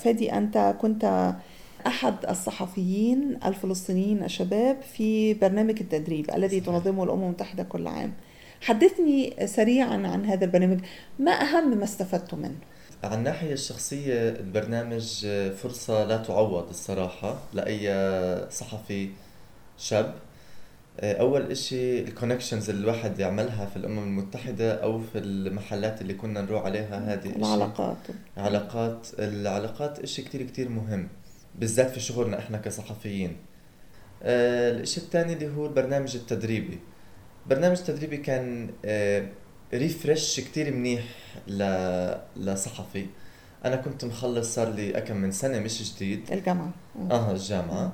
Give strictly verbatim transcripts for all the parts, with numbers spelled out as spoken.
فادي أنت كنت أحد الصحفيين الفلسطينيين الشباب في برنامج التدريب الذي تنظمه الأمم المتحدة كل عام. حدثني سريعا عن هذا البرنامج، ما أهم ما استفدت منه؟ على الناحية الشخصية البرنامج فرصة لا تعوض الصراحة لأي صحفي شاب. أول إشي الكونكشنز اللي الواحد يعملها في الأمم المتحدة أو في المحلات اللي كنا نروح عليها، هذه العلاقات علاقات العلاقات إشي كتير كتير مهم بالذات في شغلنا إحنا كصحفيين. الإشي الثاني اللي هو البرنامج التدريبي. برنامج التدريبي كان ريفرش كتير منيح لصحفي. أنا كنت مخلص صار لي أكم من سنة مش جديد الجامعة آه الجامعة.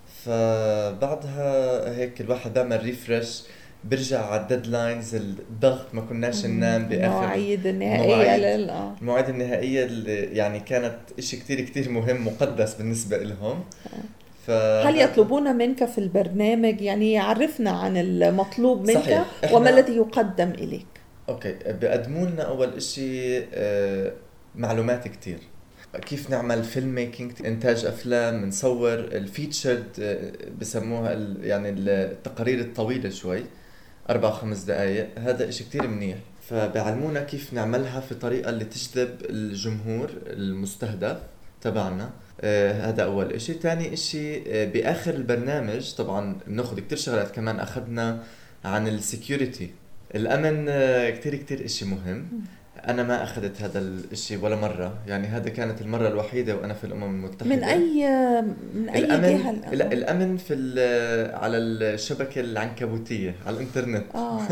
فبعدها هيك الواحد بيعمل ريفرش، برجع على الديدلاينز، الضغط، ما كناش ننام بآخر المواعيد النهائية لل... المواعيد النهائية اللي يعني كانت إشي كتير كتير مهم مقدس بالنسبة لهم. ف... هل يطلبون منك في البرنامج، يعني عرفنا عن المطلوب منك صحيح. وما الذي يقدم إليك؟ أوكي، بقدموا لنا أول إشي آه معلومات كتير، كيف نعمل فيلم ميكينج، إنتاج أفلام، نصور الفيتشرد آه بسموها يعني التقارير الطويلة شوي أربع خمس دقايق. هذا إشي كتير منيح. فبيعلمونا كيف نعملها في طريقة اللي تجذب الجمهور المستهدف تبعنا. آه هذا أول إشي. تاني إشي آه بآخر البرنامج طبعا بناخد كتير شغلات كمان. أخذنا عن السيكيورتي، الأمن، آه كتير كتير إشي مهم. أنا ما أخذت هذا الإشي ولا مرة، يعني هذا كانت المرة الوحيدة وأنا في الأمم المتحدة. من أي من أي الأمن جهة؟ لا الأمن في على الشبكة العنكبوتية على الإنترنت. آه.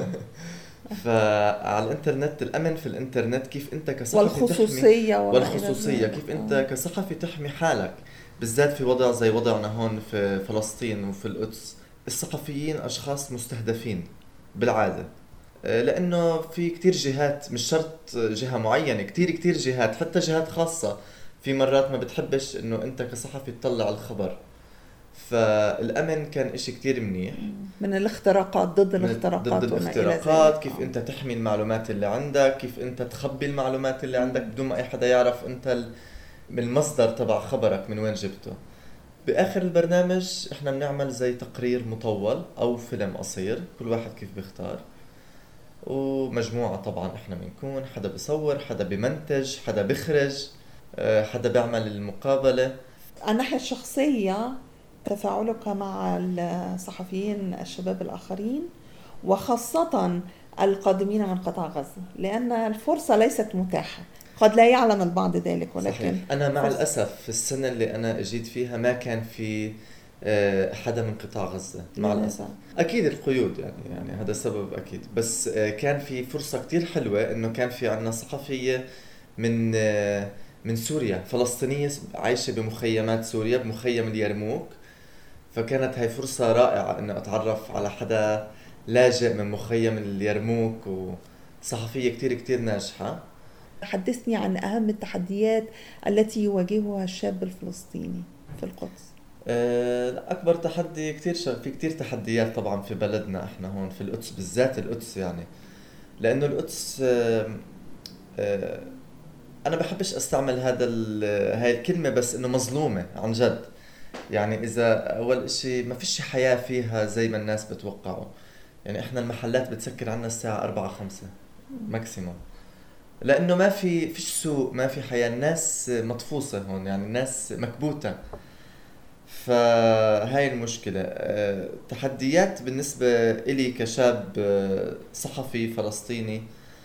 فعلى الإنترنت الأمن في الإنترنت، كيف أنت كصحفي والخصوصية تحمي والخصوصية كيف أنت آه. كصحفي تحمي حالك، بالذات في وضع زي وضعنا هون في فلسطين وفي القدس. الصحفيين أشخاص مستهدفين بالعادة، لأنه في كتير جهات، مش شرط جهة معينة، كتير كتير جهات، حتى جهات خاصة في مرات ما بتحبش إنه أنت كصحفي تطلع الخبر. فالأمن كان إشي كتير منيح. من الاختراقات، ضد الاختراقات ضد الاختراقات، كيف أنت تحمي المعلومات اللي عندك، كيف أنت تخبي المعلومات اللي عندك بدون ما أي حدا يعرف أنت من المصدر تبع خبرك من وين جبته. بآخر البرنامج إحنا بنعمل زي تقرير مطول أو فيلم قصير، كل واحد كيف بيختار، ومجموعة طبعا إحنا بنكون، حدا بيصور، حدا بيمنتج، حدا بيخرج، حدا بيعمل المقابلة. الناحية الشخصية، تفاعلك مع الصحفيين الشباب الآخرين وخاصة القادمين من قطاع غزة، لأن الفرصة ليست متاحة، قد لا يعلم البعض ذلك، ولكن صحيح. أنا مع الأسف في السنة اللي أنا أجيت فيها ما كان في حدا من قطاع غزة مع الأسف. أكيد القيود يعني يعني هذا سبب أكيد، بس كان في فرصة كتير حلوة إنه كان في عنا صحفية من من سوريا، فلسطينية عايشة بمخيمات سوريا، بمخيم اليرموك. فكانت هاي فرصة رائعة إنه أتعرف على حدا لاجئ من مخيم اليرموك، وصحفية كتير كتير ناجحة. حدثني عن أهم التحديات التي يواجهها الشاب الفلسطيني في القدس. أكبر تحدي كتير شغ... في كتير تحديات طبعا في بلدنا إحنا هون في القدس، بالذات القدس، يعني لأنه القدس آآ آآ أنا بحبش أستعمل هذا هاي الكلمة، بس إنه مظلومة عن جد. يعني إذا أول إشي ما فيش حياة فيها زي ما الناس بتوقعوا. يعني إحنا المحلات بتسكر عنا الساعة أربعة خمسة ماكسيموم، لأنه ما في فيش سوق، ما في حياة، الناس مطفوسة هون، يعني الناس مكبوتة. فهاي المشكلة. تحديات بالنسبة إلي كشاب صحفي فلسطيني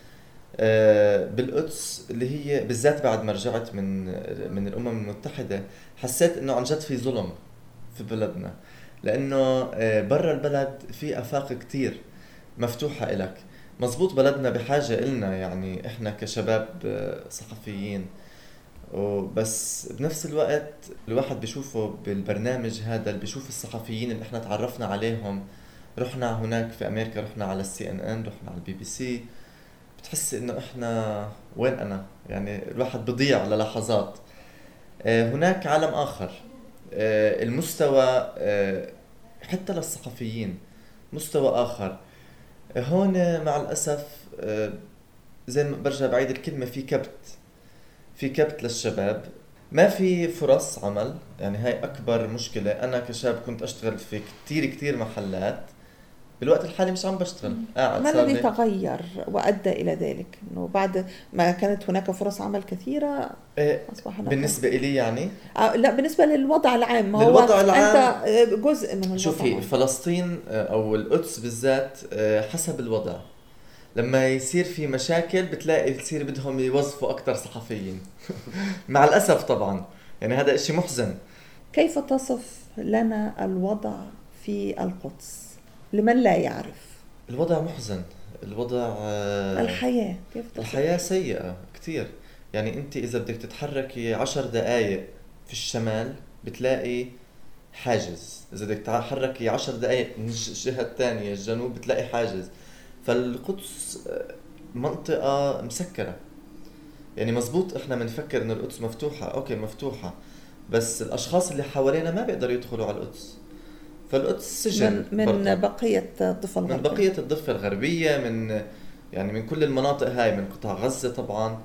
بالقدس، اللي هي بالذات بعد ما رجعت من من الأمم المتحدة، حسيت إنه عن جد في ظلم في بلدنا، لأنه برا البلد في آفاق كتير مفتوحة إلك. مزبوط بلدنا بحاجة إلنا، يعني إحنا كشباب صحفيين، وبس بنفس الوقت الواحد بيشوفه بالبرنامج هذا، اللي بيشوف الصحفيين اللي احنا تعرفنا عليهم. رحنا هناك في أمريكا، رحنا على السي ان ان، رحنا على البي بي سي، بتحس إنه إحنا وين أنا، يعني الواحد بضيع للحظات. هناك عالم آخر، المستوى حتى للصحفيين مستوى آخر. هون مع الأسف زي ما برجع بعيد الكلمة، في كبت في كبت للشباب. ما في فرص عمل، يعني هاي أكبر مشكلة. أنا كشاب كنت أشتغل في كتير كتير محلات، بالوقت الحالي مش عم بشتغل، قاعد ما صار الذي لي. تغير وأدى إلى ذلك أنه بعد ما كانت هناك فرص عمل كثيرة إيه، أصبح هناك؟ بالنسبة إلي يعني آه لا، بالنسبة للوضع العام، ما هو للوضع أنت العام، جزء من الوضع شوفي العام. فلسطين آه، أو القدس بالذات آه، حسب الوضع. لما يصير في مشاكل بتلاقي يصير بدهم يوظفوا أكتر صحفيين مع الأسف طبعا، يعني هذا إشي محزن. كيف تصف لنا الوضع في القدس لمن لا يعرف؟ الوضع محزن. الوضع آه، الحياة كيف تصف؟ الحياة سيئة كتير. يعني انت اذا بدك تتحركي عشر دقايق في الشمال بتلاقي حاجز، اذا بدك تتحركي عشر دقايق من الجهة الثانية الجنوب بتلاقي حاجز. فالقدس آه، منطقة مسكرة. يعني مزبوط احنا بنفكر انه القدس مفتوحة، اوكي مفتوحة، بس الاشخاص اللي حوالينا ما بيقدروا يدخلوا على القدس. فالقدس سجن من برضه. من بقية الضفة من الغربية. بقية الضفة الغربية، من يعني من كل المناطق هاي، من قطاع غزة طبعا.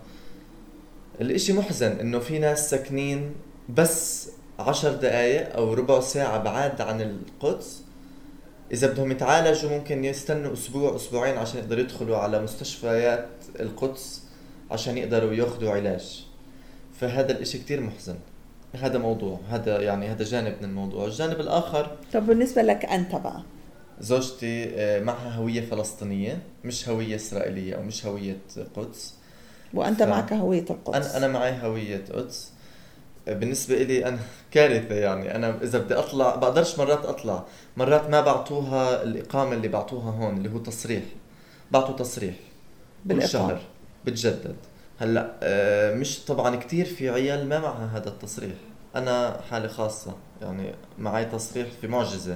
الاشي محزن انه في ناس ساكنين بس عشر دقايق او ربع ساعة بعاد عن القدس، اذا بدهم يتعالجوا ممكن يستنوا اسبوع اسبوعين عشان يقدروا يدخلوا على مستشفيات القدس عشان يقدروا ياخدوا علاج. فهذا الاشي كتير محزن. هذا موضوع، هذا يعني هذا جانب من الموضوع. الجانب الاخر، طب بالنسبة لك أنت بقى؟ زوجتي آه، معها هوية فلسطينية، مش هوية إسرائيلية أو مش هوية قدس. وأنت ف... معك هوية القدس؟ أنا أنا معي هوية قدس. آه، بالنسبة إلي أنا كارثة. يعني أنا إذا بدي أطلع بقدرش، مرات أطلع، مرات ما بعطوها الإقامة اللي بعطوها هون اللي هو تصريح. بعطوا تصريح كل بالإقامة. شهر بتجدد. هلا آه، مش طبعا كتير في عيال ما معها هذا التصريح. أنا حالة خاصة يعني معي تصريح في معجزة.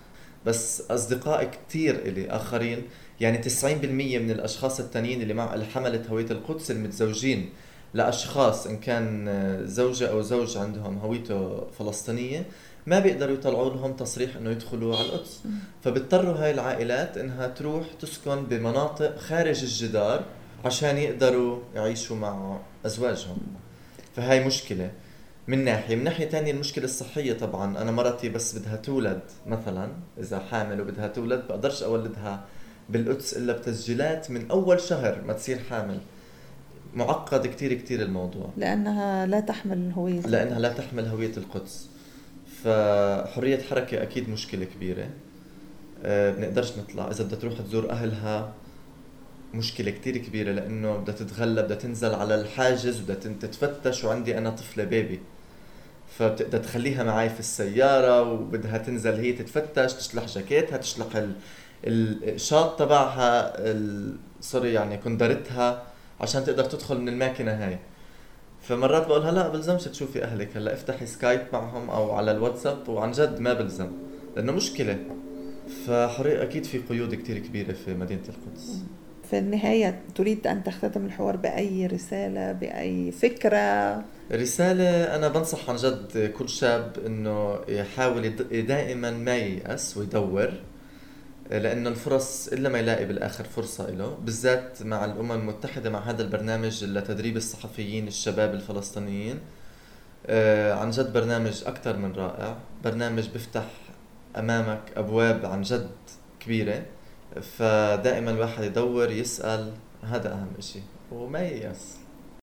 بس أصدقاء كتير إلي آخرين، يعني تسعين بالمية من الأشخاص التانيين اللي مع اللي حملت هوية القدس المتزوجين لأشخاص إن كان زوجة أو زوج عندهم هويته فلسطينية، ما بيقدروا يطلعوا لهم تصريح إنه يدخلوا على القدس. فبيضطروا هاي العائلات إنها تروح تسكن بمناطق خارج الجدار عشان يقدروا يعيشوا مع أزواجهم. فهاي مشكلة من ناحية. من ناحية تانية المشكلة الصحية طبعا. أنا مرتي بس بدها تولد مثلا، إذا حامل وبدها تولد بقدرش أولدها بالقدس إلا بتسجيلات من أول شهر ما تصير حامل. معقد كتير كتير الموضوع، لأنها لا تحمل هوية لأنها لا تحمل هوية القدس. فحرية حركة أكيد مشكلة كبيرة. أه بنقدرش نطلع. إذا بدها تروح تزور أهلها مشكلة كتير كبيرة، لأنه بدها تتغلب، بدها تنزل على الحاجز وبدها تتفتش. وعندي أنا طفلة بيبي، فبتقدر تخليها معي في السيارة وبدها تنزل هي تتفتش، تشلح جاكيتها، تشلح ال- الشاط تبعها، ال- سوري يعني كندرتها، عشان تقدر تدخل من الماكينة هاي. فمرات بقولها لا بلزمش تشوفي أهلك، هلا افتحي سكايب معهم أو على الواتساب، وعن جد ما بلزم لأنه مشكلة. فحرية أكيد في قيود كتير كبيرة في مدينة القدس. في النهاية تريد أن تختتم الحوار بأي رسالة، بأي فكرة؟ رسالة، أنا بنصح عن جد كل شاب إنه يحاول يد- دائما ما ييأس ويدور، لأنه الفرص إلا ما يلاقي بالآخر فرصة له، بالذات مع الأمم المتحدة مع هذا البرنامج لتدريب الصحفيين الشباب الفلسطينيين. آه، عن جد برنامج أكتر من رائع، برنامج بفتح أمامك أبواب عن جد كبيرة. فدائما الواحد يدور يسأل، هذا أهم إشي، وما ييأس.